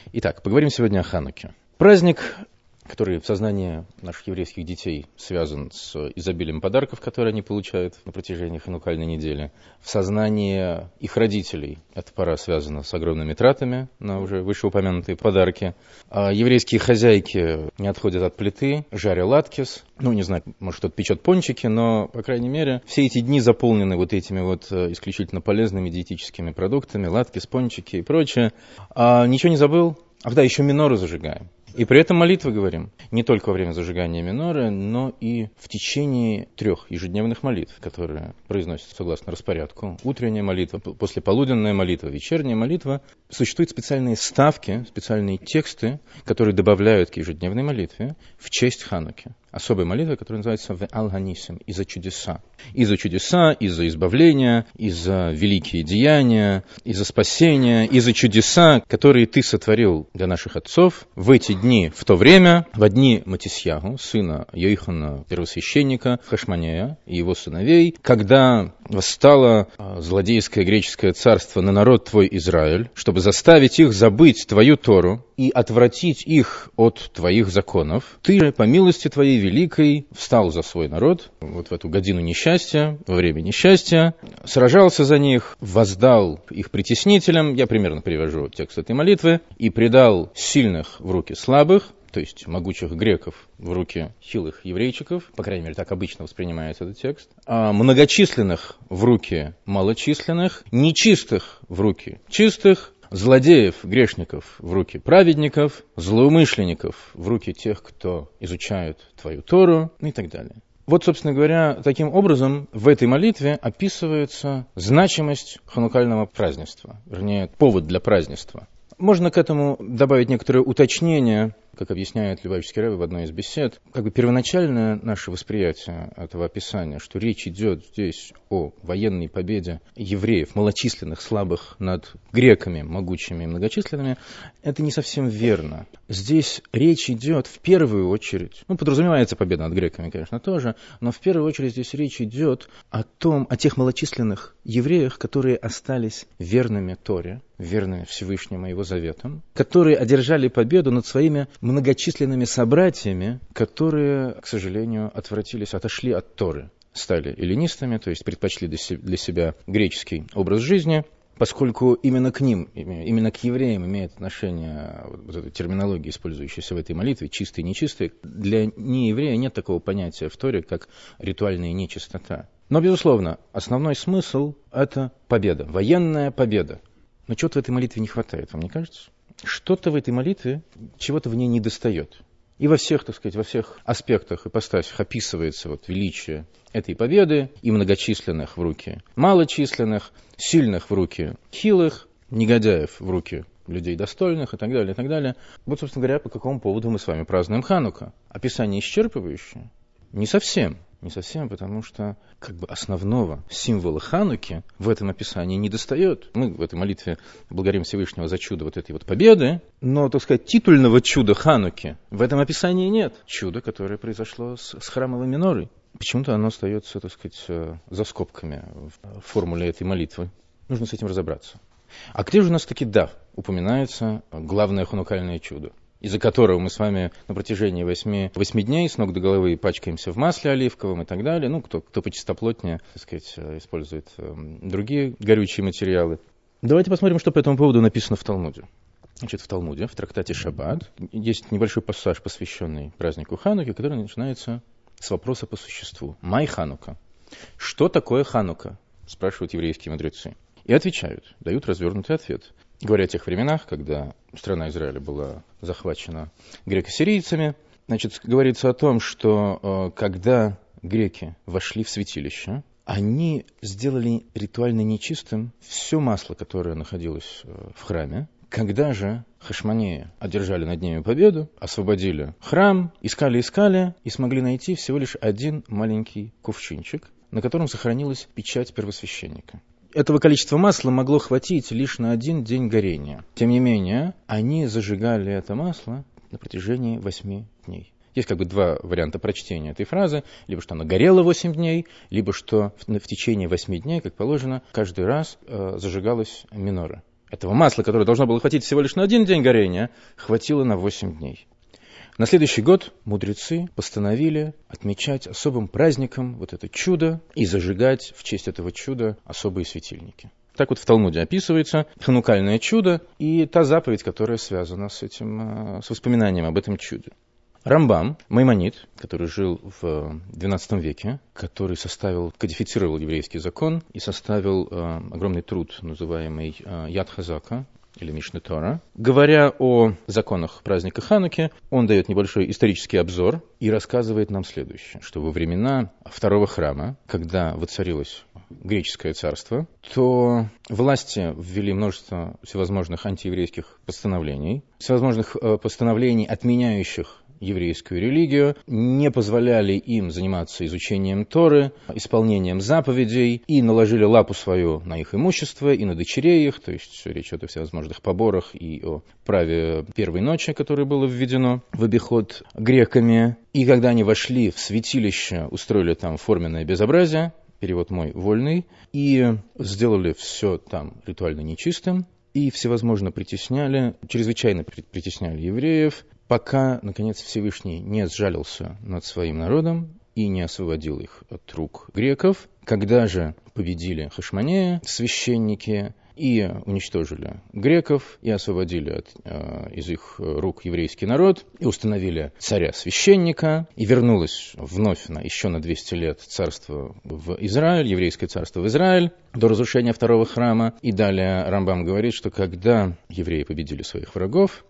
Итак, поговорим сегодня о Хануке. Праздник, который в сознании наших еврейских детей связан с изобилием подарков, которые они получают на протяжении ханукальной недели. В сознании их родителей эта пора связана с огромными тратами на уже вышеупомянутые подарки. А еврейские хозяйки не отходят от плиты, жаря латкис. Не знаю, может, кто-то печет пончики, но, по крайней мере, все эти дни заполнены вот этими вот исключительно полезными диетическими продуктами, латкис, пончики и прочее. А ничего не забыл? Да, еще минору зажигаем. И при этом молитвы говорим. Не только во время зажигания миноры, но и в течение 3 ежедневных молитв, которые произносятся согласно распорядку. Утренняя молитва, послеполуденная молитва, вечерняя молитва. Существуют специальные ставки, специальные тексты, которые добавляют к ежедневной молитве в честь Хануки. Особая молитва, которая называется «Ве'ал ханисим» – «И-за чудеса». И-за чудеса, и-за избавления, и-за великие деяния, и-за спасения, и-за чудеса, которые ты сотворил для наших отцов в эти дни, в то время, в дни Матисьягу, сына Йоханна, первосвященника, Хашмонея и его сыновей, когда восстало злодейское греческое царство на народ твой Израиль, чтобы заставить их забыть твою Тору и отвратить их от твоих законов, ты же, по милости твоей великой, встал за свой народ, вот в эту годину несчастья, во время несчастья, сражался за них, воздал их притеснителям, я примерно привожу текст этой молитвы, и предал сильных в руки слабых, то есть могучих греков в руки хилых еврейчиков, по крайней мере, так обычно воспринимается этот текст, а многочисленных в руки малочисленных, нечистых в руки чистых, злодеев, грешников в руки праведников, злоумышленников в руки тех, кто изучает твою Тору, и так далее. Вот, собственно говоря, таким образом в этой молитве описывается значимость ханукального празднества, вернее, повод для празднества. Можно к этому добавить некоторые уточнения, как объясняет Любавический Ребе в одной из бесед. Первоначальное наше восприятие этого описания, что речь идет здесь о военной победе евреев, малочисленных, слабых над греками, могучими и многочисленными, это не совсем верно. Здесь речь идет в первую очередь, подразумевается победа над греками, конечно, тоже, но в первую очередь здесь речь идет о тех малочисленных евреях, которые остались верными Торе, верными Всевышнему и его заветам, которые одержали победу над своими многочисленными собратьями, которые, к сожалению, отошли от Торы, стали эллинистами, то есть предпочли для себя греческий образ жизни, поскольку именно к ним, именно к евреям имеет отношение вот эта терминология, использующаяся в этой молитве, чистый и нечистый. Для нееврея нет такого понятия в Торе, как ритуальная нечистота. Но, безусловно, основной смысл – это победа, военная победа. Но чего-то в этой молитве не хватает, вам не кажется? Что-то в этой молитве, чего-то в ней недостает. И во всех, во всех аспектах, ипостасях описывается величие этой победы, и многочисленных в руки малочисленных, сильных в руки хилых, негодяев в руки людей достойных и так далее, и так далее. Вот, собственно говоря, по какому поводу мы с вами празднуем Ханука. Описание исчерпывающее? Не совсем. Не совсем, потому что основного символа Хануки в этом описании недостает. Мы в этой молитве благодарим Всевышнего за чудо этой победы, но, титульного чуда Хануки в этом описании нет. Чудо, которое произошло с храмовой минорой. Почему-то оно остается, за скобками в формуле этой молитвы. Нужно с этим разобраться. А где же у нас упоминается главное ханукальное чудо, из-за которого мы с вами на протяжении 8 дней с ног до головы пачкаемся в масле оливковом и так далее. Кто почистоплотнее, использует другие горючие материалы. Давайте посмотрим, что по этому поводу написано в Талмуде. В Талмуде, в трактате Шаббат, есть небольшой пассаж, посвященный празднику Хануки, который начинается с вопроса по существу. Май Ханука. Что такое Ханука? Спрашивают еврейские мудрецы. И отвечают, дают развернутый ответ. Говоря о тех временах, когда страна Израиля была захвачена греко-сирийцами, говорится о том, что когда греки вошли в святилище, они сделали ритуально нечистым все масло, которое находилось в храме. Когда же Хашмонеи одержали над ними победу, освободили храм, искали и смогли найти всего лишь один маленький кувшинчик, на котором сохранилась печать первосвященника. Этого количества масла могло хватить лишь на 1 день горения. Тем не менее, они зажигали это масло на протяжении 8 дней. Есть 2 варианта прочтения этой фразы. Либо что она горела 8 дней, либо что в течение 8 дней, как положено, каждый раз зажигалась минора. этого масла, которое должно было хватить всего лишь на 1 день горения, хватило на 8 дней. На следующий год мудрецы постановили отмечать особым праздником вот это чудо и зажигать в честь этого чуда особые светильники. Так вот в Талмуде описывается ханукальное чудо и та заповедь, которая связана с этим, с воспоминанием об этом чуде. Рамбам, маймонид, который жил в XII веке, который кодифицировал еврейский закон и составил огромный труд, называемый Яд Хазака, или Мишне Тора. Говоря о законах праздника Хануки, он дает небольшой исторический обзор и рассказывает нам следующее, что во времена второго храма, когда воцарилось греческое царство, то власти ввели множество всевозможных антиеврейских постановлений, всевозможных постановлений, отменяющих еврейскую религию, не позволяли им заниматься изучением Торы, исполнением заповедей, и наложили лапу свою на их имущество и на дочерей их, то есть речь идет о всевозможных поборах и о праве первой ночи, которое было введено в обиход греками. И когда они вошли в святилище, устроили там форменное безобразие, перевод мой вольный, и сделали все там ритуально нечистым, и всевозможно притесняли, чрезвычайно притесняли евреев, пока, наконец, Всевышний не сжалился над своим народом и не освободил их от рук греков. Когда же победили Хашмонея, священники, и уничтожили греков, и освободили из их рук еврейский народ, и установили царя-священника, и вернулось вновь еще на 200 лет царство в Израиль, еврейское царство в Израиль, до разрушения второго храма. И далее Рамбам говорит, что когда евреи победили своих врагов,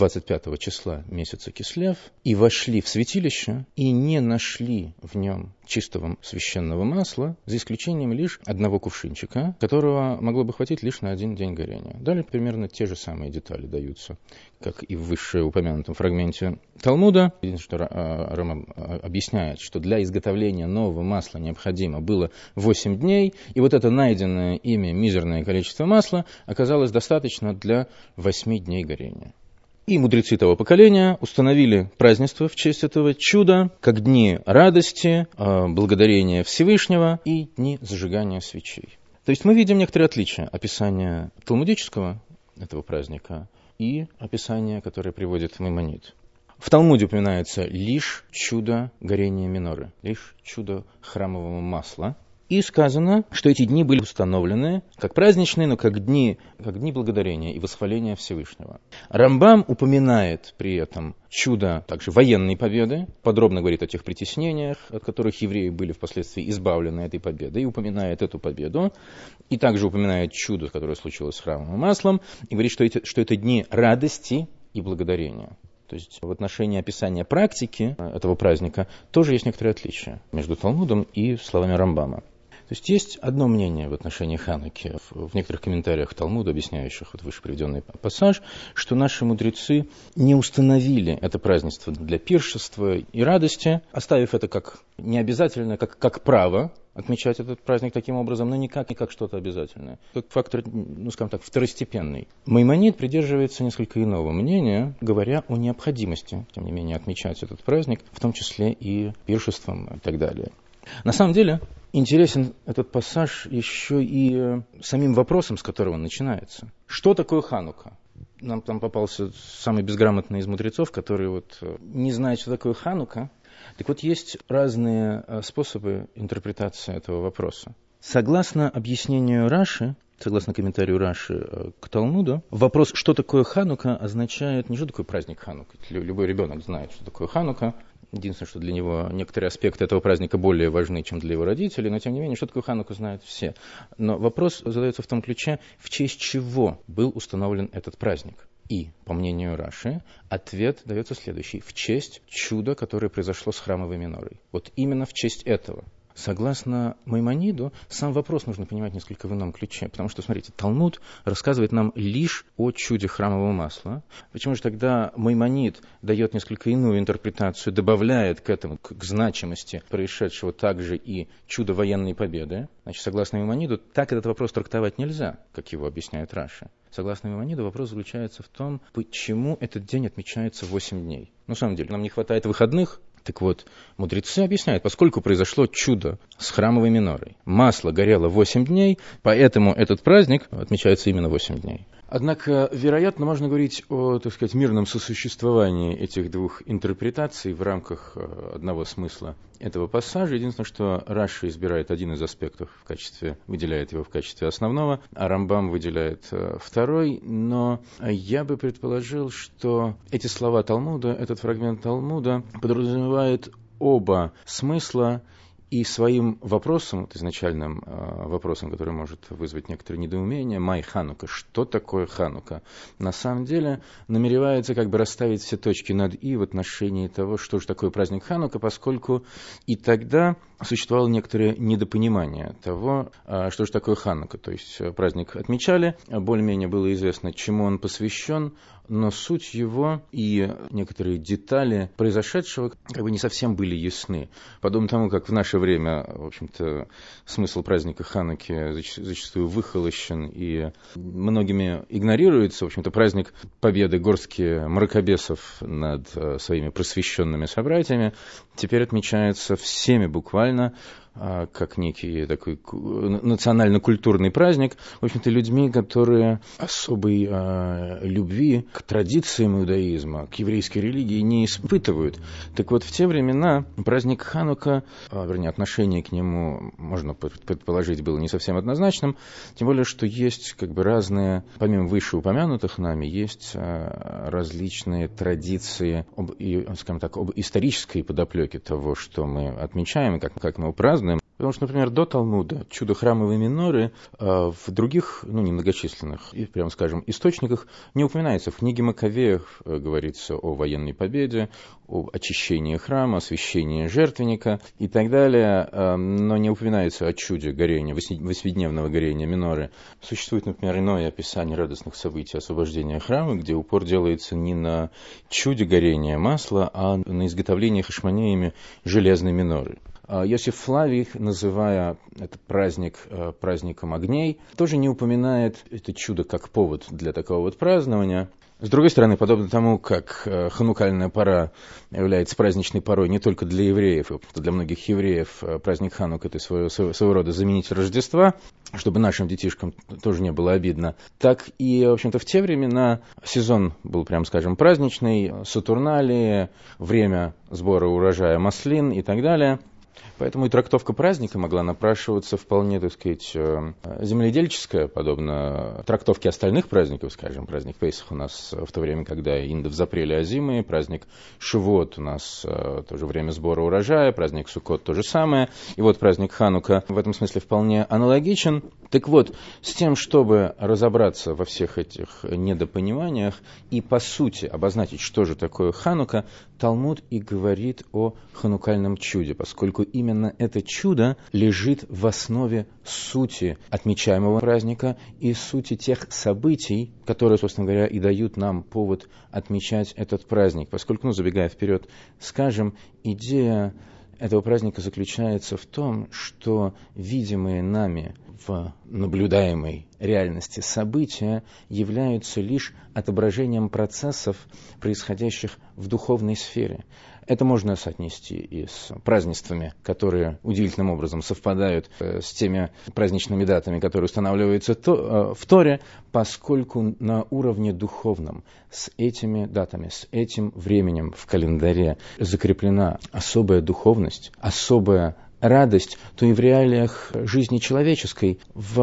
25 числа месяца Кислев, и вошли в святилище, и не нашли в нем чистого священного масла, за исключением лишь одного кувшинчика, которого могло бы хватить лишь на 1 день горения. Далее примерно те же самые детали даются, как и в вышеупомянутом фрагменте Талмуда. Единственное, что Рамбам объясняет, что для изготовления нового масла необходимо было 8 дней, и вот это найденное ими мизерное количество масла оказалось достаточно для 8 дней горения. И мудрецы того поколения установили празднество в честь этого чуда, как дни радости, благодарения Всевышнего и дни зажигания свечей. То есть мы видим некоторые отличия описания талмудического этого праздника и описания, которое приводит Маймонид. В Талмуде упоминается лишь чудо горения миноры, лишь чудо храмового масла. И сказано, что эти дни были установлены как праздничные, но как дни благодарения и восхваления Всевышнего. Рамбам упоминает при этом чудо также военной победы, подробно говорит о тех притеснениях, от которых евреи были впоследствии избавлены этой победой, и упоминает эту победу, и также упоминает чудо, которое случилось с храмовым маслом, и говорит, что это дни радости и благодарения. То есть в отношении описания практики этого праздника тоже есть некоторые отличия между Талмудом и словами Рамбама. То есть есть одно мнение в отношении Хануки, в некоторых комментариях Талмуда, объясняющих вот выше приведенный пассаж, что наши мудрецы не установили это празднество для пиршества и радости, оставив это как необязательное, как право отмечать этот праздник таким образом, но никак не как что-то обязательное. Как фактор, скажем так, второстепенный. Маймонид придерживается несколько иного мнения, говоря о необходимости, тем не менее, отмечать этот праздник, в том числе и пиршеством и так далее. На самом деле, интересен этот пассаж еще и самим вопросом, с которого он начинается. Что такое Ханука? Нам там попался самый безграмотный из мудрецов, который не знает, что такое Ханука. Так вот, есть разные способы интерпретации этого вопроса. Согласно объяснению Раши, согласно комментарию Раши к Талмуду, вопрос, что такое Ханука, означает не что такое праздник Ханука. Любой ребенок знает, что такое Ханука. Единственное, что для него некоторые аспекты этого праздника более важны, чем для его родителей, но тем не менее, что такое Ханука, знают все. Но вопрос задается в том ключе, в честь чего был установлен этот праздник. И, по мнению Раши, ответ дается следующий. В честь чуда, которое произошло с храмовой минорой. Вот именно в честь этого. Согласно Маймониду, сам вопрос нужно понимать несколько в ином ключе, потому что, смотрите, Талмуд рассказывает нам лишь о чуде храмового масла. Почему же тогда Маймонид дает несколько иную интерпретацию, добавляет к этому, к значимости происшедшего также и чудо военной победы? Значит, согласно Маймониду, так этот вопрос трактовать нельзя, как его объясняет Раши. Согласно Маймониду, вопрос заключается в том, почему этот день отмечается 8 дней. На самом деле, нам не хватает выходных. Так вот, мудрецы объясняют, поскольку произошло чудо с храмовой минорой, масло горело 8 дней, поэтому этот праздник отмечается именно 8 дней. Однако, вероятно, можно говорить о, так сказать, мирном сосуществовании этих двух интерпретаций в рамках одного смысла этого пассажа. Единственное, что Раши избирает один из аспектов выделяет его в качестве основного, а Рамбам выделяет второй. Но я бы предположил, что эти слова Талмуда, этот фрагмент Талмуда подразумевает оба смысла. И своим вопросом, изначальным вопросом, который может вызвать некоторое недоумение, «Май Ханука», что такое Ханука, на самом деле намеревается как бы расставить все точки над «и» в отношении того, что же такое праздник Ханука, поскольку и тогда существовало некоторое недопонимание того, что же такое Ханука. То есть праздник отмечали, более-менее было известно, чему он посвящен, но суть его и некоторые детали произошедшего как бы не совсем были ясны. Подобно тому, как в наше время, в общем-то, смысл праздника Хануки зачастую выхолощен и многими игнорируется. В общем-то, праздник победы горстки мракобесов над своими просвещенными собратьями теперь отмечается всеми буквально, как некий такой национально-культурный праздник, в общем-то, людьми, которые особой любви к традициям иудаизма, к еврейской религии не испытывают. Так вот, в те времена праздник Ханука, вернее, отношение к нему, можно предположить, было не совсем однозначным, тем более, что есть как бы разные, помимо вышеупомянутых нами, есть различные традиции, скажем так, об исторической подоплеке того, что мы отмечаем и как мы его празднуем. Потому что, например, до Талмуда чудо храмовой миноры в других, немногочисленных, прямо скажем, источниках не упоминается. В книге Маковеев говорится о военной победе, о очищении храма, освящении жертвенника и так далее, но не упоминается о чуде горения, восьмидневного горения миноры. Существует, например, иное описание радостных событий освобождения храма, где упор делается не на чуде горения масла, а на изготовлении хашмонеями железной миноры. Иосиф Флавий, называя этот праздник праздником огней, тоже не упоминает это чудо как повод для такого вот празднования. С другой стороны, подобно тому, как ханукальная пора является праздничной порой не только для евреев, и для многих евреев праздник Ханук — это своего рода заменитель Рождества, чтобы нашим детишкам тоже не было обидно, так и, в общем-то, в те времена сезон был, прям скажем, праздничный, Сатурналии, время сбора урожая маслин и так далее. Поэтому и трактовка праздника могла напрашиваться вполне, так сказать, земледельческая, подобно трактовке остальных праздников, скажем, праздник Пейсах у нас в то время, когда индов запрели озимые, праздник Шивот у нас тоже время сбора урожая, праздник Суккот то же самое, и вот праздник Ханука в этом смысле вполне аналогичен. Так вот, с тем, чтобы разобраться во всех этих недопониманиях и, по сути, обозначить, что же такое Ханука, Талмуд и говорит о ханукальном чуде, поскольку именно это чудо лежит в основе сути отмечаемого праздника и сути тех событий, которые, собственно говоря, и дают нам повод отмечать этот праздник. Поскольку, забегая вперед, скажем, идея этого праздника заключается в том, что видимые нами в наблюдаемой реальности события являются лишь отображением процессов, происходящих в духовной сфере. Это можно соотнести и с празднествами, которые удивительным образом совпадают с теми праздничными датами, которые устанавливаются в Торе, поскольку на уровне духовном с этими датами, с этим временем в календаре закреплена особая духовность, особая радость, то и в реалиях жизни человеческой,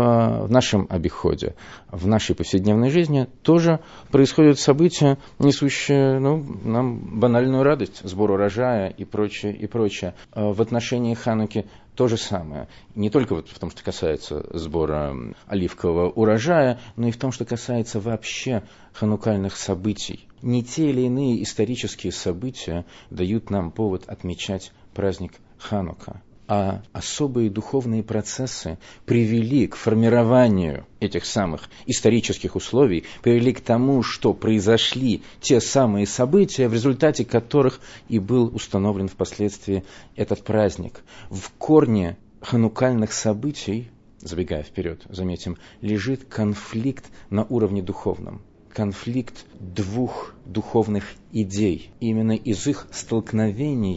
в нашем обиходе, в нашей повседневной жизни тоже происходят события, несущие нам банальную радость, сбор урожая и прочее, и прочее. В отношении Хануки то же самое. Не только вот в том, что касается сбора оливкового урожая, но и в том, что касается вообще ханукальных событий. Не те или иные исторические события дают нам повод отмечать праздник Ханука, а особые духовные процессы привели к формированию этих самых исторических условий, привели к тому, что произошли те самые события, в результате которых и был установлен впоследствии этот праздник. В корне ханукальных событий, забегая вперед, заметим, лежит конфликт на уровне духовном. Конфликт двух духовных идей. Именно из их столкновения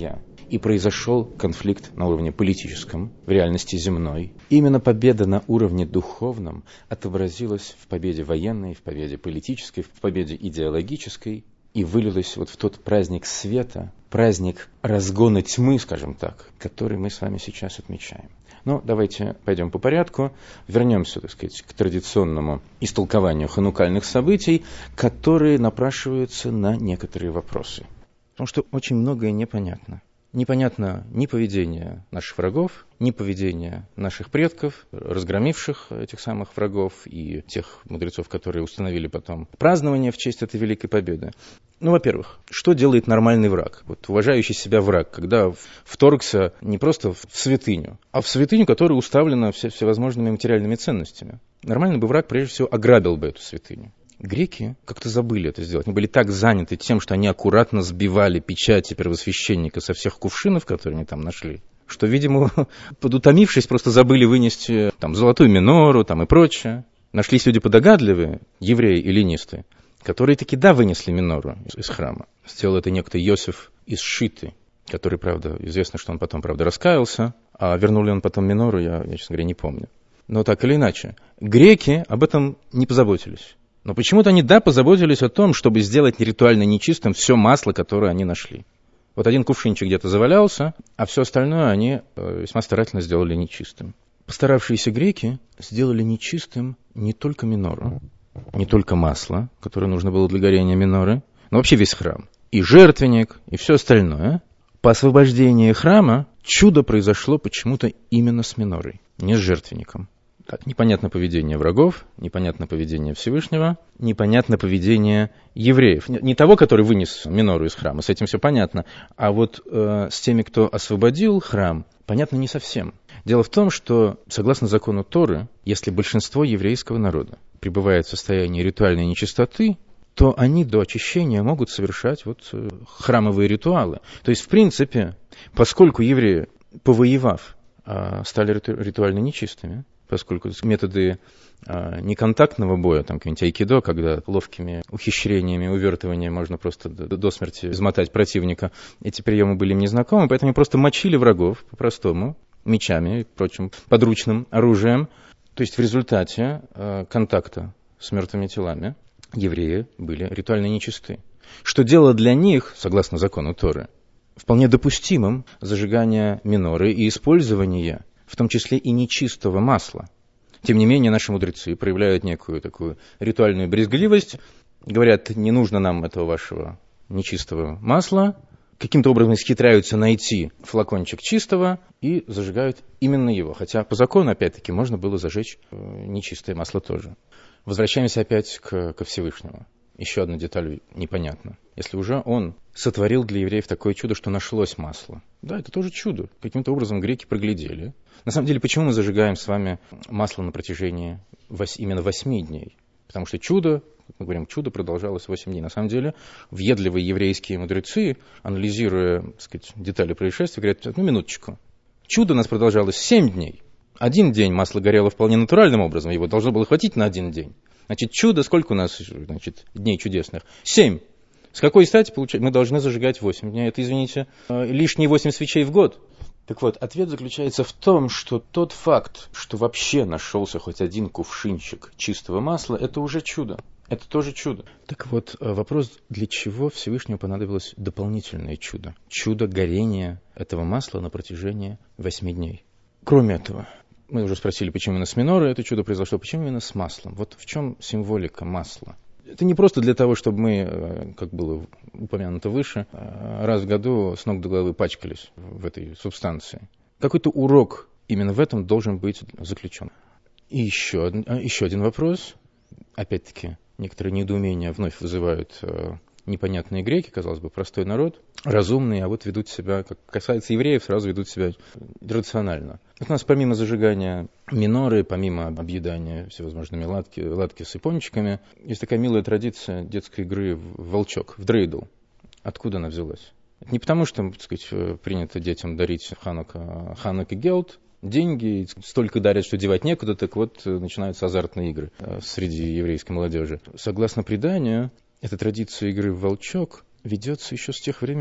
и произошел конфликт на уровне политическом, в реальности земной. Именно победа на уровне духовном отобразилась в победе военной, в победе политической, в победе идеологической и вылилась вот в тот праздник света, праздник разгона тьмы, скажем так, который мы с вами сейчас отмечаем. Но давайте пойдем по порядку, вернемся, так сказать, к традиционному истолкованию ханукальных событий, которые напрашиваются на некоторые вопросы. Потому что очень многое непонятно. Непонятно ни поведение наших врагов, ни поведение наших предков, разгромивших этих самых врагов, и тех мудрецов, которые установили потом празднование в честь этой великой победы. Ну, во-первых, что делает нормальный враг? Вот уважающий себя враг, когда вторгся не просто в святыню, а в святыню, которая уставлена всевозможными материальными ценностями. Нормальный бы враг, прежде всего, ограбил бы эту святыню. Греки как-то забыли это сделать. Они были так заняты тем, что они аккуратно сбивали печати первосвященника со всех кувшинов, которые они там нашли, что, видимо, подутомившись, просто забыли вынести там золотую минору там, и прочее. Нашлись люди подогадливые, евреи, эллинисты, которые таки вынесли минору из храма. Сделал это некто Иосиф из Шиты, который, правда, известно, что он потом, правда, раскаялся, а вернул ли он потом минору, я, честно говоря, не помню. Но так или иначе, греки об этом не позаботились. Но почему-то они, позаботились о том, чтобы сделать ритуально нечистым все масло, которое они нашли. Вот один кувшинчик где-то завалялся, а все остальное они весьма старательно сделали нечистым. Постаравшиеся греки сделали нечистым не только минору, не только масло, которое нужно было для горения миноры, но вообще весь храм. И жертвенник, и все остальное. По освобождении храма чудо произошло почему-то именно с минорой, не с жертвенником. Так, непонятно поведение врагов, непонятно поведение Всевышнего, непонятно поведение евреев. Не того, который вынес минору из храма, с этим все понятно, а вот с теми, кто освободил храм, понятно не совсем. Дело в том, что, согласно закону Торы, если большинство еврейского народа пребывает в состоянии ритуальной нечистоты, то они до очищения могут совершать храмовые ритуалы. То есть, в принципе, поскольку евреи, повоевав, стали ритуально нечистыми, поскольку методы неконтактного боя, там какой-нибудь айкидо, когда ловкими ухищрениями, увертываниями можно просто до смерти измотать противника, эти приемы были им незнакомы, поэтому они просто мочили врагов по-простому, мечами и прочим подручным оружием. То есть в результате контакта с мертвыми телами евреи были ритуально нечисты. Что делало для них, согласно закону Торы, вполне допустимым зажигание миноры и использование в том числе и нечистого масла. Тем не менее, наши мудрецы проявляют некую такую ритуальную брезгливость, говорят, не нужно нам этого вашего нечистого масла, каким-то образом исхитряются найти флакончик чистого и зажигают именно его. Хотя по закону, опять-таки, можно было зажечь нечистое масло тоже. Возвращаемся опять ко Всевышнему. Еще одна деталь непонятна. Если уже он сотворил для евреев такое чудо, что нашлось масло. Да, это тоже чудо. Каким-то образом греки проглядели. На самом деле, почему мы зажигаем с вами масло на протяжении именно 8 дней? Потому что чудо, как мы говорим, чудо продолжалось 8 дней. На самом деле, въедливые еврейские мудрецы, анализируя, так сказать, детали происшествия, говорят, минуточку. Чудо у нас продолжалось 7 дней. 1 день масло горело вполне натуральным образом, его должно было хватить на 1 день. Значит, чудо, сколько у нас, дней чудесных? 7. С какой стати мы должны зажигать 8 дней? Это, извините, лишние 8 свечей в год. Так вот, ответ заключается в том, что тот факт, что вообще нашелся хоть один кувшинчик чистого масла, это уже чудо. Это тоже чудо. Так вот, вопрос, для чего Всевышнему понадобилось дополнительное чудо? Чудо горения этого масла на протяжении 8 дней. Кроме этого, мы уже спросили, почему именно с минорой это чудо произошло, почему именно с маслом. Вот в чем символика масла? Это не просто для того, чтобы мы, как было упомянуто выше, раз в году с ног до головы пачкались в этой субстанции. Какой-то урок именно в этом должен быть заключен. И еще один вопрос. Опять-таки, некоторые недоумения вновь вызывают непонятные греки, казалось бы, простой народ, разумные, а вот ведут себя, как касается евреев, сразу ведут себя иррационально. Вот у нас помимо зажигания миноры, помимо объедания всевозможными латки с пончиками, есть такая милая традиция детской игры в волчок, в дрейдл. Откуда она взялась? Это не потому, что, так сказать, принято детям дарить Ханука Гелт, деньги, столько дарят, что девать некуда, так вот начинаются азартные игры среди еврейской молодежи. Согласно преданию, эта традиция игры в волчок ведется еще с тех времен,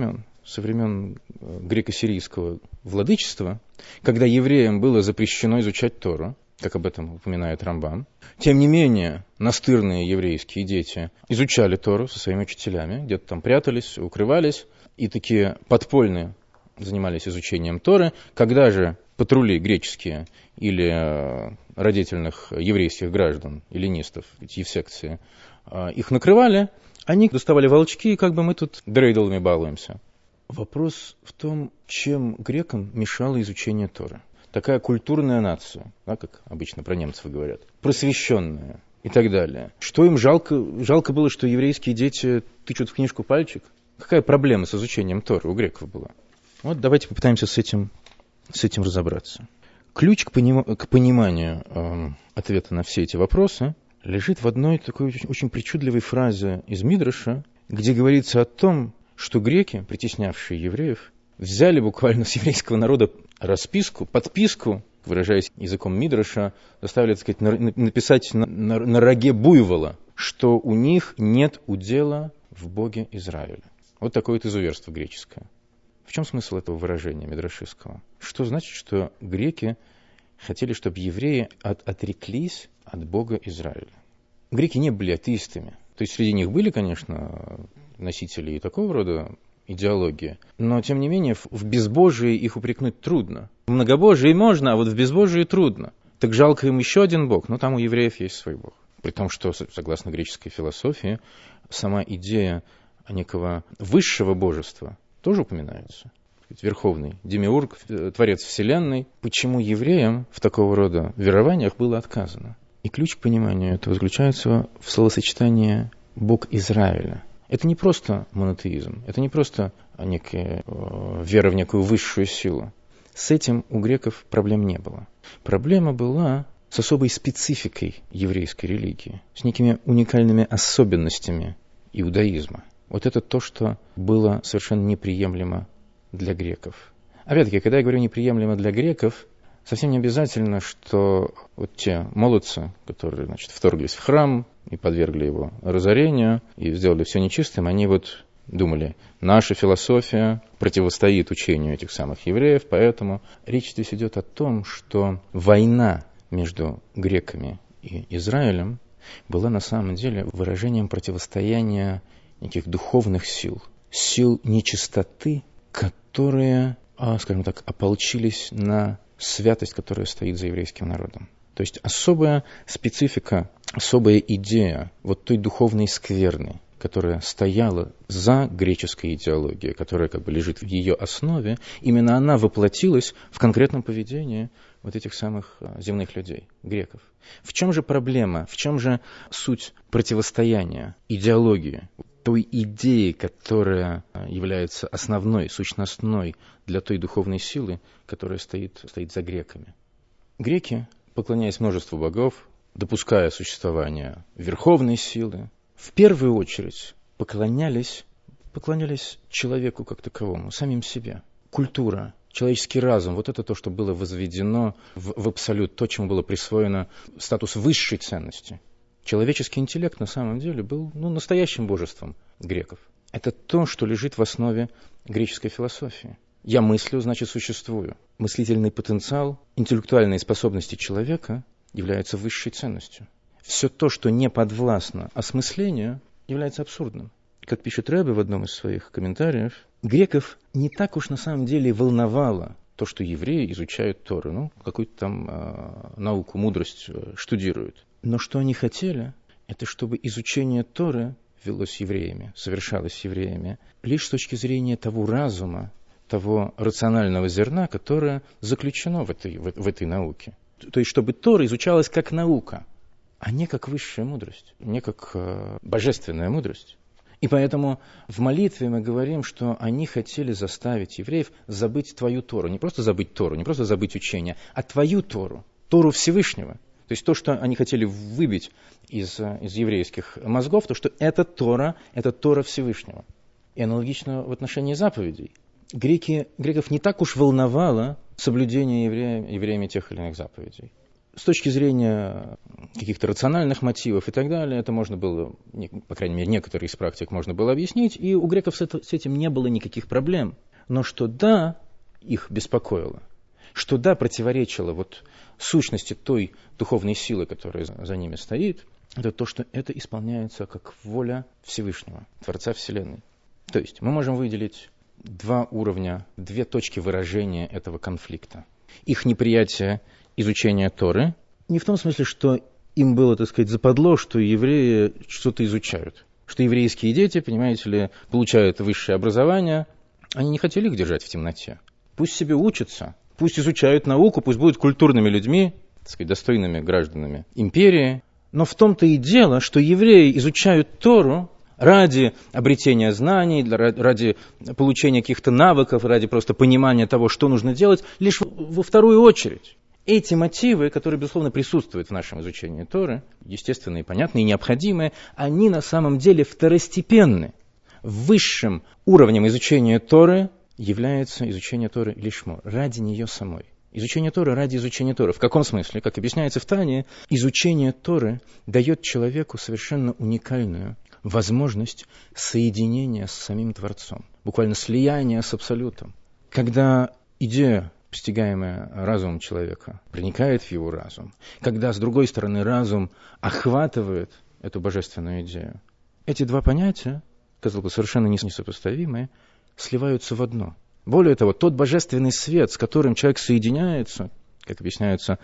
со времен греко-сирийского владычества, когда евреям было запрещено изучать Тору, как об этом упоминает Рамбам. Тем не менее, настырные еврейские дети изучали Тору со своими учителями, где-то там прятались, укрывались, и такие подпольные занимались изучением Торы. Когда же патрули греческие или родительных еврейских граждан, эллинистов, евсекции, их накрывали, они доставали волчки, и как бы мы тут дрейдлами балуемся. Вопрос в том, чем грекам мешало изучение Торы. Такая культурная нация, да, как обычно про немцев говорят, просвещенная и так далее. Что им жалко было, что еврейские дети тычут в книжку пальчик? Какая проблема с изучением Торы у греков была? Вот давайте попытаемся с этим разобраться. Ключ к пониманию ответа на все эти вопросы лежит в одной такой очень причудливой фразе из Мидраша, где говорится о том, что греки, притеснявшие евреев, взяли буквально с еврейского народа расписку, подписку, выражаясь языком Мидраша, заставили, так сказать, написать на роге буйвола, что у них нет удела в Боге Израиля. Вот такое вот изуверство греческое. В чем смысл этого выражения мидрашистского? Что значит, что греки хотели, чтобы евреи отреклись от Бога Израиля? Греки не были атеистами. То есть среди них были, конечно, носители и такого рода идеологии, но, тем не менее, в безбожии их упрекнуть трудно. В многобожии можно, а вот в безбожии трудно. Так жалко им еще один Бог, но там у евреев есть свой Бог. При том, что, согласно греческой философии, сама идея некого высшего божества тоже упоминается. Верховный демиург, творец вселенной. Почему евреям в такого рода верованиях было отказано? И ключ к пониманию этого заключается в словосочетании «Бог Израиля». Это не просто монотеизм, это не просто некая вера в некую высшую силу. С этим у греков проблем не было. Проблема была с особой спецификой еврейской религии, с некими уникальными особенностями иудаизма. Вот это то, что было совершенно неприемлемо для греков. Опять-таки, когда я говорю неприемлемо для греков, совсем не обязательно, что вот те молодцы, которые, значит, вторглись в храм и подвергли его разорению, и сделали все нечистым, они вот думали, наша философия противостоит учению этих самых евреев, поэтому речь здесь идет о том, что война между греками и Израилем была на самом деле выражением противостояния неких духовных сил, сил нечистоты, которые, скажем так, ополчились на святость, которая стоит за еврейским народом. То есть особая специфика, особая идея вот той духовной скверны, которая стояла за греческой идеологией, которая как бы лежит в ее основе, именно она воплотилась в конкретном поведении вот этих самых земных людей, греков. В чем же проблема, в чем же суть противостояния идеологии, той идеи, которая является основной, сущностной для той духовной силы, которая стоит за греками? Греки, поклоняясь множеству богов, допуская существование верховной силы, в первую очередь поклонялись человеку как таковому, самим себе. Культура, человеческий разум, вот это то, что было возведено в абсолют, то, чему было присвоено статус высшей ценности. Человеческий интеллект на самом деле был настоящим божеством греков. Это то, что лежит в основе греческой философии. Я мыслю, значит существую. Мыслительный потенциал, интеллектуальные способности человека являются высшей ценностью. Все то, что не подвластно осмыслению, является абсурдным. Как пишет Ребе в одном из своих комментариев, греков не так уж на самом деле волновало то, что евреи изучают Тору, какую-то там науку, мудрость штудируют. Но что они хотели, это чтобы изучение Торы велось евреями, совершалось евреями, лишь с точки зрения того разума, того рационального зерна, которое заключено в этой науке. То есть, чтобы Тора изучалась как наука, а не как высшая мудрость, не как божественная мудрость. И поэтому в молитве мы говорим, что они хотели заставить евреев забыть твою Тору. Не просто забыть Тору, не просто забыть учение, а твою Тору, Тору Всевышнего. То есть то, что они хотели выбить из еврейских мозгов, то, что это Тора Всевышнего. И аналогично в отношении заповедей. Греков не так уж волновало соблюдение евреями тех или иных заповедей. С точки зрения каких-то рациональных мотивов и так далее, это можно было, по крайней мере, некоторые из практик можно было объяснить, и у греков с этим не было никаких проблем. Но что да, их беспокоило, что да, противоречило вот сущности той духовной силы, которая за ними стоит, это то, что это исполняется как воля Всевышнего, Творца Вселенной. То есть мы можем выделить два уровня, две точки выражения этого конфликта. Их неприятие изучения Торы, не в том смысле, что им было, так сказать, западло, что евреи что-то изучают. Что еврейские дети, понимаете ли, получают высшее образование, они не хотели их держать в темноте. Пусть себе учатся, пусть изучают науку, пусть будут культурными людьми, так сказать, достойными гражданами империи. Но в том-то и дело, что евреи изучают Тору ради обретения знаний, ради получения каких-то навыков, ради просто понимания того, что нужно делать, лишь во вторую очередь. Эти мотивы, которые, безусловно, присутствуют в нашем изучении Торы, естественные, понятные, необходимые, они на самом деле второстепенны. Высшим уровнем изучения Торы является изучение Торы лишмо, ради нее самой. Изучение Торы ради изучения Торы. В каком смысле? Как объясняется в Тане, изучение Торы дает человеку совершенно уникальную возможность соединения с самим Творцом, буквально слияния с Абсолютом. Когда идея, постигаемая разумом человека, проникает в его разум, когда, с другой стороны, разум охватывает эту божественную идею, эти два понятия, казалось бы, совершенно несопоставимые, сливаются в одно. Более того, тот божественный свет, с которым человек соединяется, как объясняется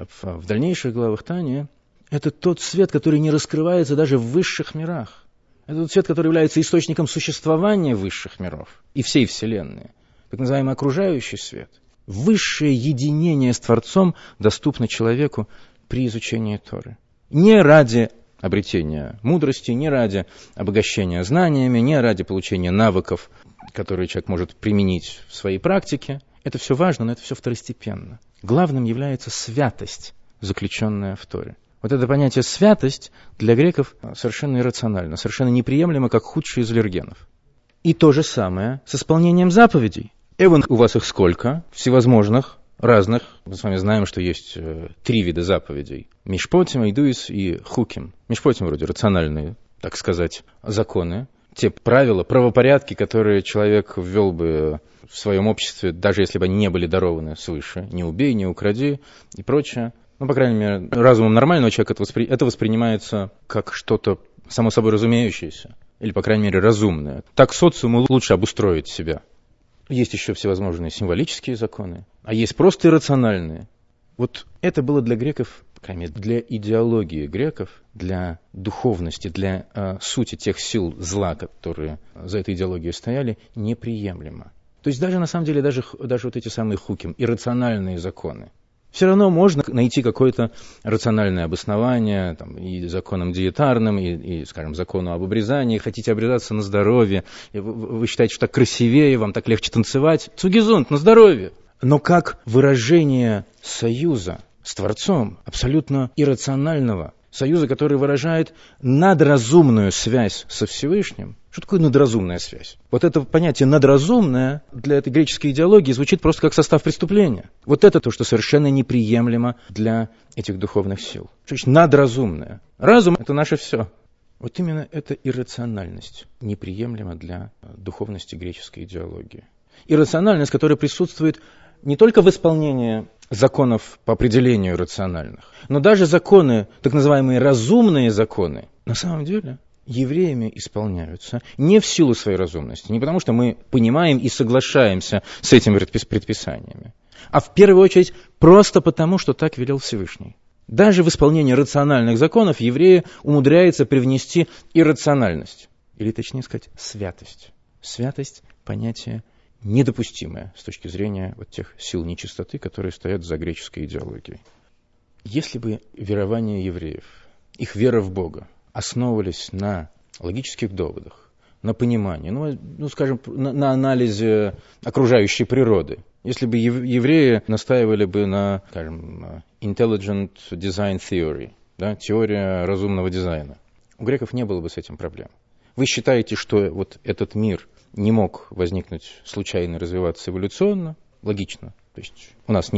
в дальнейших главах Тани, это тот свет, который не раскрывается даже в высших мирах. Это тот свет, который является источником существования высших миров и всей Вселенной. Так называемый окружающий свет. Высшее единение с Творцом доступно человеку при изучении Торы. Не ради обретения мудрости, не ради обогащения знаниями, не ради получения навыков, которые человек может применить в своей практике. Это все важно, но это все второстепенно. Главным является святость, заключенная в Торе. Вот это понятие «святость» для греков совершенно иррационально, совершенно неприемлемо, как худший из аллергенов. И то же самое с исполнением заповедей. Эван, у вас их сколько? Всевозможных, разных. Мы с вами знаем, что есть 3 вида заповедей. Мишпотим, Айдуис и Хуким. Мишпотим вроде рациональные, так сказать, законы. Те правила, правопорядки, которые человек ввел бы в своем обществе, даже если бы они не были дарованы свыше. Не убей, не укради и прочее. Ну, по крайней мере, разумом нормального человека это воспринимается как что-то само собой разумеющееся. Или, по крайней мере, разумное. Так социуму лучше обустроить себя. Есть еще всевозможные символические законы, а есть просто иррациональные. Вот это было для греков, по крайней мере, для идеологии греков, для духовности, для сути тех сил зла, которые за этой идеологией стояли, неприемлемо. То есть даже, на самом деле, даже вот эти самые хуким, иррациональные законы, все равно можно найти какое-то рациональное обоснование там, и законам диетарным, и, скажем, закону об обрезании. Хотите обрезаться на здоровье, вы считаете, что так красивее, вам так легче танцевать. Цугизунт, на здоровье. Но как выражение союза с Творцом, абсолютно иррационального, союза, который выражает надразумную связь со Всевышним. Что такое надразумная связь? Вот это понятие надразумное для этой греческой идеологии звучит просто как состав преступления. Вот это то, что совершенно неприемлемо для этих духовных сил. Что значит надразумное? Разум – это наше все. Вот именно эта иррациональность неприемлема для духовности греческой идеологии. Иррациональность, которая присутствует не только в исполнении законов по определению рациональных, но даже законы, так называемые разумные законы, на самом деле евреями исполняются не в силу своей разумности, не потому что мы понимаем и соглашаемся с этими предписаниями, а в первую очередь просто потому, что так велел Всевышний. Даже в исполнении рациональных законов евреи умудряются привнести иррациональность, или точнее сказать, святость. Святость – понятие недопустимое с точки зрения вот тех сил нечистоты, которые стоят за греческой идеологией. Если бы верование евреев, их вера в Бога основывались на логических доводах, на понимании, скажем, на анализе окружающей природы, если бы евреи настаивали бы на, скажем, intelligent design theory, да, теория разумного дизайна, у греков не было бы с этим проблем. Вы считаете, что вот этот мир не мог возникнуть случайно, развиваться эволюционно? Логично. То есть у нас не все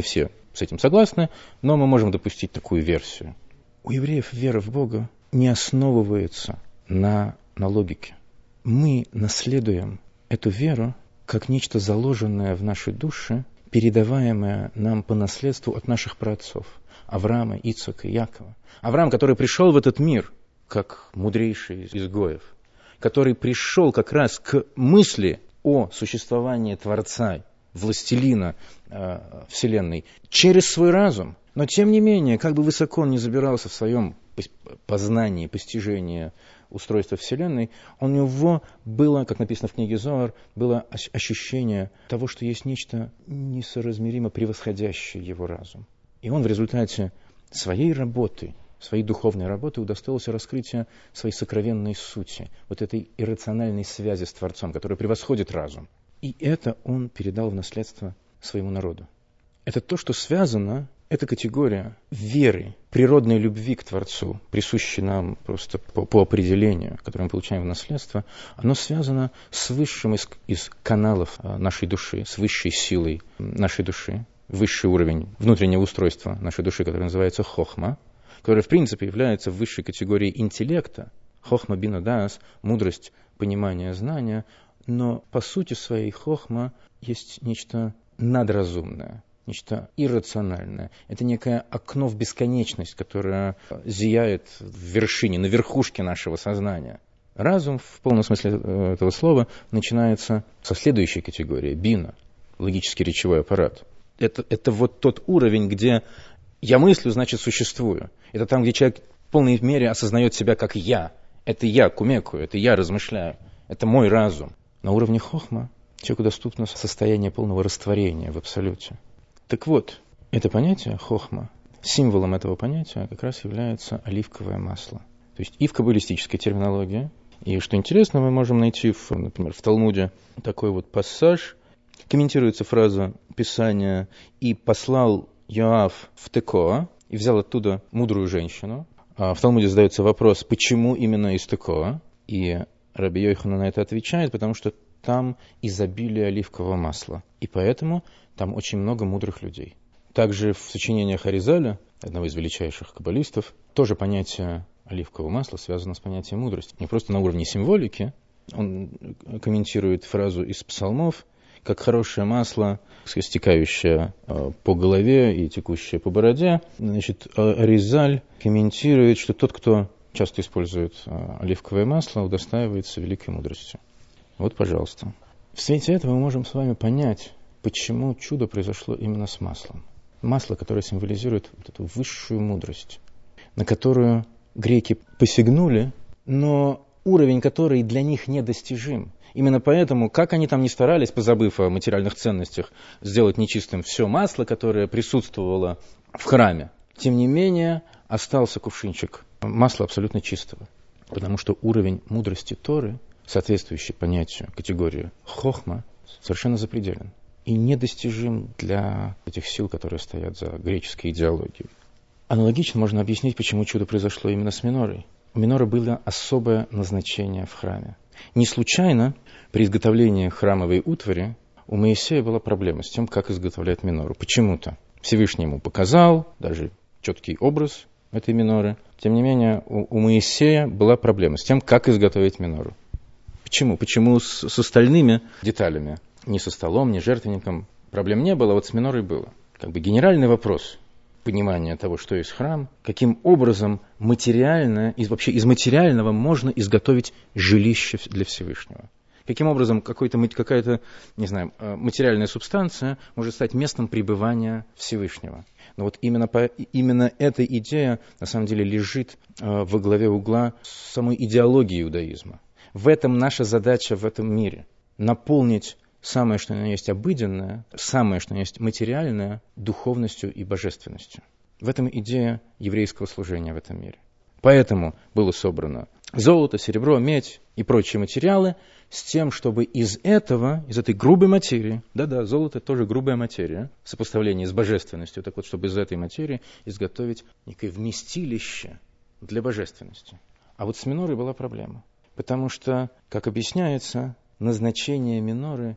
с этим согласны, но мы можем допустить такую версию. У евреев вера в Бога не основывается на логике. Мы наследуем эту веру как нечто заложенное в наши души, передаваемое нам по наследству от наших праотцов Авраама, Ицхака и Якова. Авраам, который пришел в этот мир как мудрейший из изгоев, который пришел как раз к мысли о существовании Творца, властелина Вселенной, через свой разум. Но тем не менее, как бы высоко он ни забирался в своем познании, постижении устройства Вселенной, у него было, как написано в книге Зоар, было ощущение того, что есть нечто несоразмеримо превосходящее его разум. И он в результате своей работы, своей духовной работы удостоился раскрытия своей сокровенной сути, вот этой иррациональной связи с Творцом, которая превосходит разум. И это он передал в наследство своему народу. Это то, что связано, эта категория веры, природной любви к Творцу, присущей нам просто по определению, которое мы получаем в наследство, оно связано с высшим из каналов нашей души, с высшей силой нашей души, высший уровень внутреннего устройства нашей души, который называется хохма, который в принципе является высшей категорией интеллекта, хохма бина даас, мудрость, понимание, знания, но по сути своей хохма есть нечто надразумное, нечто иррациональное. Это некое окно в бесконечность, которое зияет в вершине, на верхушке нашего сознания. Разум, в полном смысле этого слова, начинается со следующей категории, бина, логический речевой аппарат. Это вот тот уровень, где я мыслю, значит существую. Это там, где человек в полной мере осознает себя как я. Это я кумекаю, это я размышляю, это мой разум. На уровне хохма человеку доступно состояние полного растворения в абсолюте. Так вот, это понятие хохма, символом этого понятия как раз является оливковое масло. То есть и в каббалистической терминологии, и, что интересно, мы можем найти, например, в Талмуде такой вот пассаж, комментируется фраза Писания «И послал Йоав в Текоа, и взял оттуда мудрую женщину». В Талмуде задается вопрос, почему именно из Текоа, и Раби Йоханан на это отвечает, потому что там изобилие оливкового масла, и поэтому там очень много мудрых людей. Также в сочинениях Аризаля, одного из величайших каббалистов, тоже понятие оливкового масла связано с понятием мудрости. Не просто на уровне символики, он комментирует фразу из псалмов, как хорошее масло, стекающее по голове и текущее по бороде. Значит, Аризаль комментирует, что тот, кто часто использует оливковое масло, удостаивается великой мудростью. Вот, пожалуйста. В свете этого мы можем с вами понять, почему чудо произошло именно с маслом. Масло, которое символизирует вот эту высшую мудрость, на которую греки посягнули, но уровень которой для них недостижим. Именно поэтому, как они там ни старались, позабыв о материальных ценностях, сделать нечистым все масло, которое присутствовало в храме, тем не менее остался кувшинчик масла абсолютно чистого. Потому что уровень мудрости Торы, соответствующий понятию, категории хохма, совершенно запределен и недостижим для этих сил, которые стоят за греческой идеологией. Аналогично можно объяснить, почему чудо произошло именно с минорой. У миноры было особое назначение в храме. Не случайно при изготовлении храмовой утвари у Моисея была проблема с тем, как изготовлять минору. Почему-то Всевышний ему показал даже четкий образ этой миноры. Тем не менее, у Моисея была проблема с тем, как изготовить минору. Почему? Почему с остальными деталями? Ни со столом, ни с жертвенником проблем не было, а вот с минорой было. Как бы генеральный вопрос понимания того, что есть храм, каким образом материально, вообще из материального можно изготовить жилище для Всевышнего. Каким образом какая-то, не знаю, материальная субстанция может стать местом пребывания Всевышнего. Но вот именно эта идея, на самом деле, лежит во главе угла самой идеологии иудаизма. В этом наша задача в этом мире. Наполнить самое, что есть обыденное, самое, что есть материальное, духовностью и божественностью. В этом идея еврейского служения в этом мире. Поэтому было собрано золото, серебро, медь и прочие материалы с тем, чтобы из этой грубой материи, да-да, золото тоже грубая материя, в сопоставлении с божественностью, так вот, чтобы из этой материи изготовить некое вместилище для божественности. А вот с минорой была проблема. Потому что, как объясняется, назначение миноры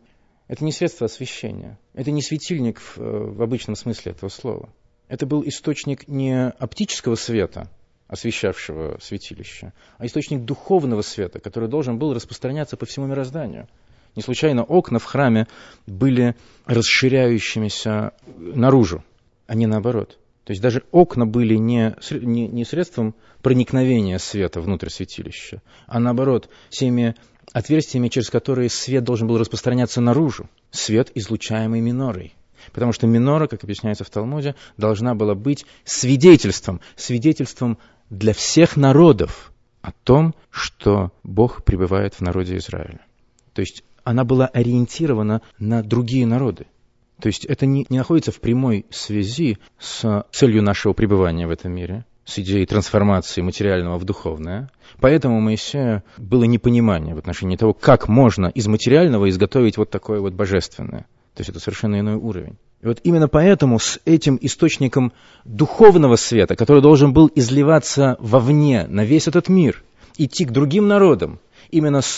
Это не средство освещения. Это не светильник в обычном смысле этого слова. Это был источник не оптического света, освещавшего святилище, а источник духовного света, который должен был распространяться по всему мирозданию. Не случайно окна в храме были расширяющимися наружу, а не наоборот. То есть даже окна были не средством проникновения света внутрь святилища, а наоборот, теми отверстиями, через которые свет должен был распространяться наружу. Свет, излучаемый минорой. Потому что минора, как объясняется в Талмуде, должна была быть свидетельством для всех народов о том, что Бог пребывает в народе Израиля. То есть она была ориентирована на другие народы. То есть это не находится в прямой связи с целью нашего пребывания в этом мире, с идеей трансформации материального в духовное. Поэтому у Моисея было непонимание в отношении того, как можно из материального изготовить вот такое вот божественное. То есть это совершенно иной уровень. И вот именно поэтому с этим источником духовного света, который должен был изливаться вовне, на весь этот мир, идти к другим народам, именно с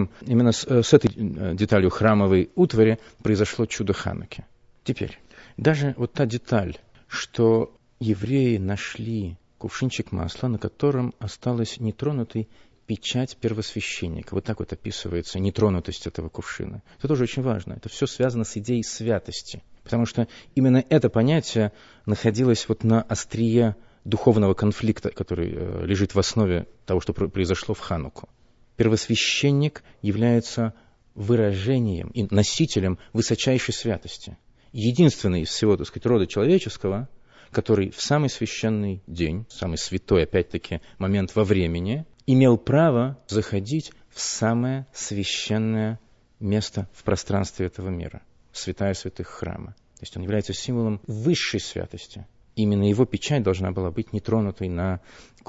этой деталью храмовой утвари произошло чудо Хануки. Теперь, даже вот та деталь, что евреи нашли кувшинчик масла, на котором осталась нетронутой печать первосвященника. Вот так вот описывается нетронутость этого кувшина. Это тоже очень важно. Это все связано с идеей святости. Потому что именно это понятие находилось вот на острие духовного конфликта, который лежит в основе того, что произошло в Хануку. Первосвященник является выражением и носителем высочайшей святости. Единственный из всего, так сказать, рода человеческого, который в самый священный день, самый святой, опять-таки, момент во времени, имел право заходить в самое священное место в пространстве этого мира, святая святых храма. То есть он является символом высшей святости. Именно его печать должна была быть нетронутой на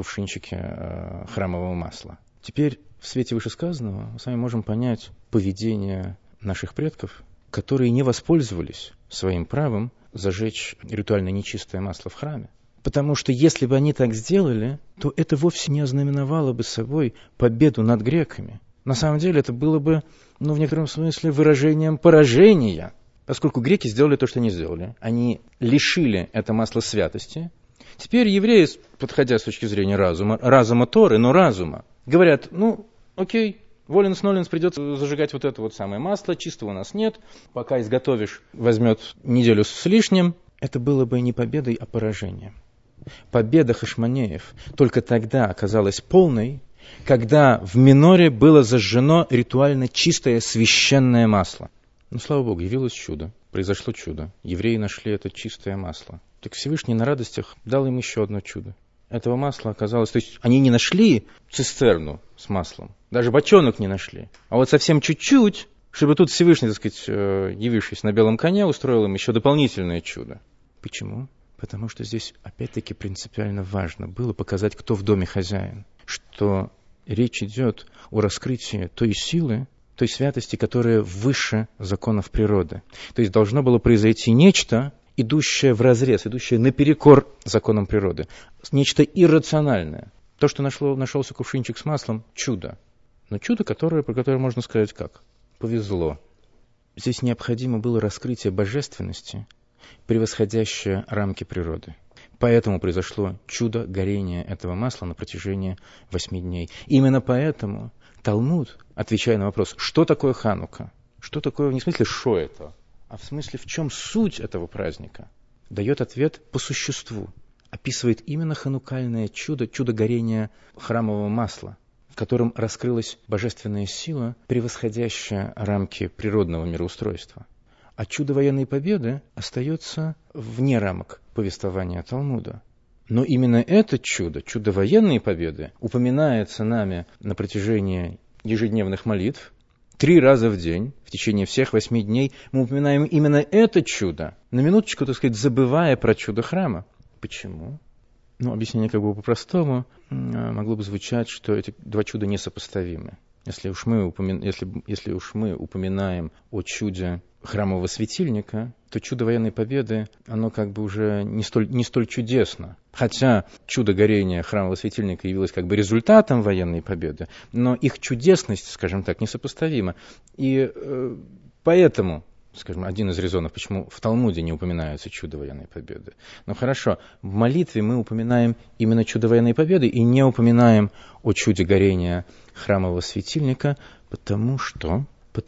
кувшинчике храмового масла. Теперь в свете вышесказанного мы с вами можем понять поведение наших предков, которые не воспользовались своим правом зажечь ритуально нечистое масло в храме. Потому что если бы они так сделали, то это вовсе не ознаменовало бы собой победу над греками. На самом деле это было бы, в некотором смысле, выражением поражения, поскольку греки сделали то, что они сделали. Они лишили это масло святости. Теперь евреи, подходя с точки зрения разума Торы, но разума, говорят, окей, воленс-ноленс, придется зажигать вот это вот самое масло, чистого у нас нет, пока изготовишь, возьмет неделю с лишним. Это было бы не победой, а поражением. Победа хашмонеев только тогда оказалась полной, когда в миноре было зажжено ритуально чистое священное масло. Слава Богу, явилось чудо, произошло чудо. Евреи нашли это чистое масло. Так Всевышний на радостях дал им еще одно чудо. Этого масла оказалось... То есть они не нашли цистерну с маслом, даже бочонок не нашли. А вот совсем чуть-чуть, чтобы тут Всевышний, так сказать, явившись на белом коне, устроил им еще дополнительное чудо. Почему? Потому что здесь опять-таки принципиально важно было показать, кто в доме хозяин. Что речь идет о раскрытии той силы, той святости, которая выше законов природы. То есть должно было произойти нечто, идущее вразрез, идущее наперекор законам природы. Нечто иррациональное. То, что нашелся кувшинчик с маслом, чудо. Но чудо, про которое можно сказать как? Повезло. Здесь необходимо было раскрытие божественности, превосходящее рамки природы. Поэтому произошло чудо горения этого масла на протяжении 8 дней. Именно поэтому Талмуд, отвечая на вопрос, что такое Ханука, что такое, не в смысле, что это, а в смысле, в чем суть этого праздника, дает ответ по существу. Описывает именно ханукальное чудо, чудо горения храмового масла, в котором раскрылась божественная сила, превосходящая рамки природного мироустройства. А чудо военной победы остается вне рамок повествования Талмуда. Но именно это чудо военной победы, упоминается нами на протяжении ежедневных молитв, 3 раза в день, в течение всех 8 дней, мы упоминаем именно это чудо, на минуточку, так сказать, забывая про чудо храма. Почему? Объяснение по-простому могло бы звучать, что эти 2 чуда несопоставимы. Если уж мы упоминаем о чуде храмового светильника, то чудо военной победы, оно уже не столь чудесно. Хотя чудо горения храмового светильника явилось результатом военной победы, но их чудесность, скажем так, несопоставима. И Поэтому, скажем, один из резонов, почему в Талмуде не упоминается чудо военной победы. Но хорошо, в молитве мы упоминаем именно чудо военной победы и не упоминаем о чуде горения храмового светильника, потому что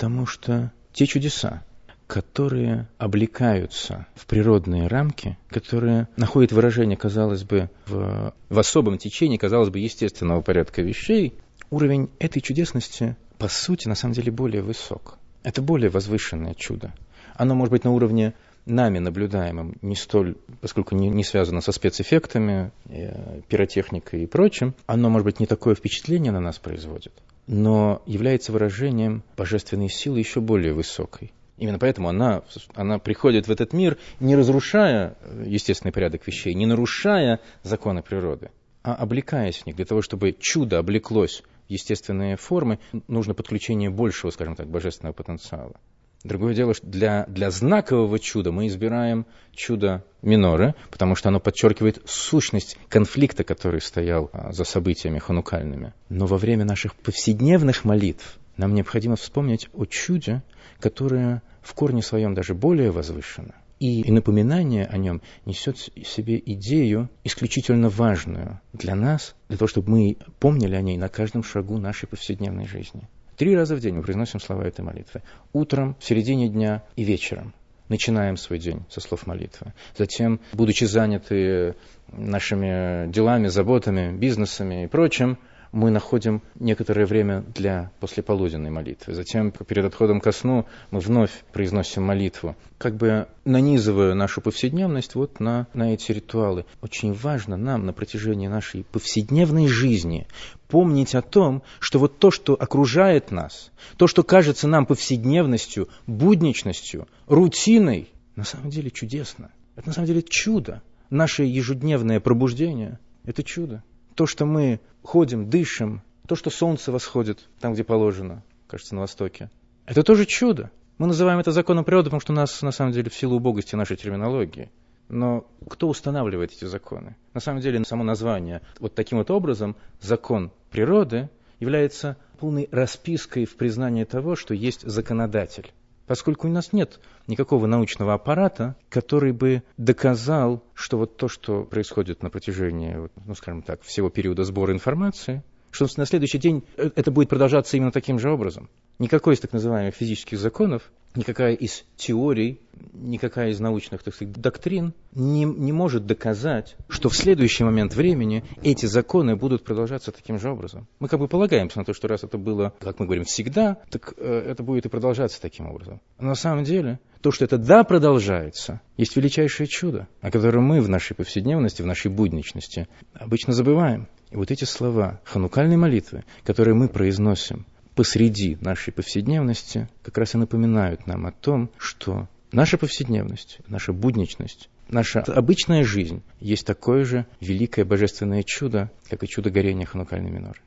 те чудеса, которые облекаются в природные рамки, которые находят выражение, казалось бы, в особом течении, казалось бы, естественного порядка вещей, уровень этой чудесности, по сути, на самом деле более высок. Это более возвышенное чудо. Оно может быть на уровне нами наблюдаемым, не столь, поскольку не связано со спецэффектами, пиротехникой и прочим, оно, может быть, не такое впечатление на нас производит, но является выражением божественной силы еще более высокой. Именно поэтому она приходит в этот мир, не разрушая естественный порядок вещей, не нарушая законы природы, а облекаясь в них. Для того, чтобы чудо облеклось в естественные формы, нужно подключение большего, скажем так, божественного потенциала. Другое дело, что для знакового чуда мы избираем чудо миноре, потому что оно подчеркивает сущность конфликта, который стоял за событиями ханукальными. Но во время наших повседневных молитв нам необходимо вспомнить о чуде, которое в корне своем даже более возвышено. И напоминание о нем несет в себе идею исключительно важную для нас, для того, чтобы мы помнили о ней на каждом шагу нашей повседневной жизни. 3 раза в день мы произносим слова этой молитвы. Утром, в середине дня и вечером. Начинаем свой день со слов молитвы. Затем, будучи заняты нашими делами, заботами, бизнесами и прочим, мы находим некоторое время для послеполуденной молитвы. Затем, перед отходом ко сну, мы вновь произносим молитву, как бы нанизывая нашу повседневность вот на эти ритуалы. Очень важно нам на протяжении нашей повседневной жизни помнить о том, что вот то, что окружает нас, то, что кажется нам повседневностью, будничностью, рутиной, на самом деле чудесно. Это на самом деле чудо. Наше ежедневное пробуждение – это чудо. То, что мы ходим, дышим, то, что солнце восходит там, где положено, кажется, на востоке, это тоже чудо. Мы называем это законом природы, потому что у нас, на самом деле, в силу убогости нашей терминологии. Но кто устанавливает эти законы? На самом деле, само название, вот таким вот образом, закон природы является полной распиской в признании того, что есть законодатель. Поскольку у нас нет никакого научного аппарата, который бы доказал, что вот то, что происходит на протяжении, скажем так, всего периода сбора информации, что на следующий день это будет продолжаться именно таким же образом. Никакой из так называемых физических законов, никакая из теорий, никакая из научных, так сказать, доктрин не может доказать, что в следующий момент времени эти законы будут продолжаться таким же образом. Мы как бы полагаемся на то, что раз это было, как мы говорим, всегда, так это будет и продолжаться таким образом. Но на самом деле, то, что это продолжается, есть величайшее чудо, о котором мы в нашей повседневности, в нашей будничности обычно забываем. И вот эти слова ханукальной молитвы, которые мы произносим посреди нашей повседневности, как раз и напоминают нам о том, что наша повседневность, наша будничность, наша обычная жизнь есть такое же великое божественное чудо, как и чудо горения ханукальной миноры.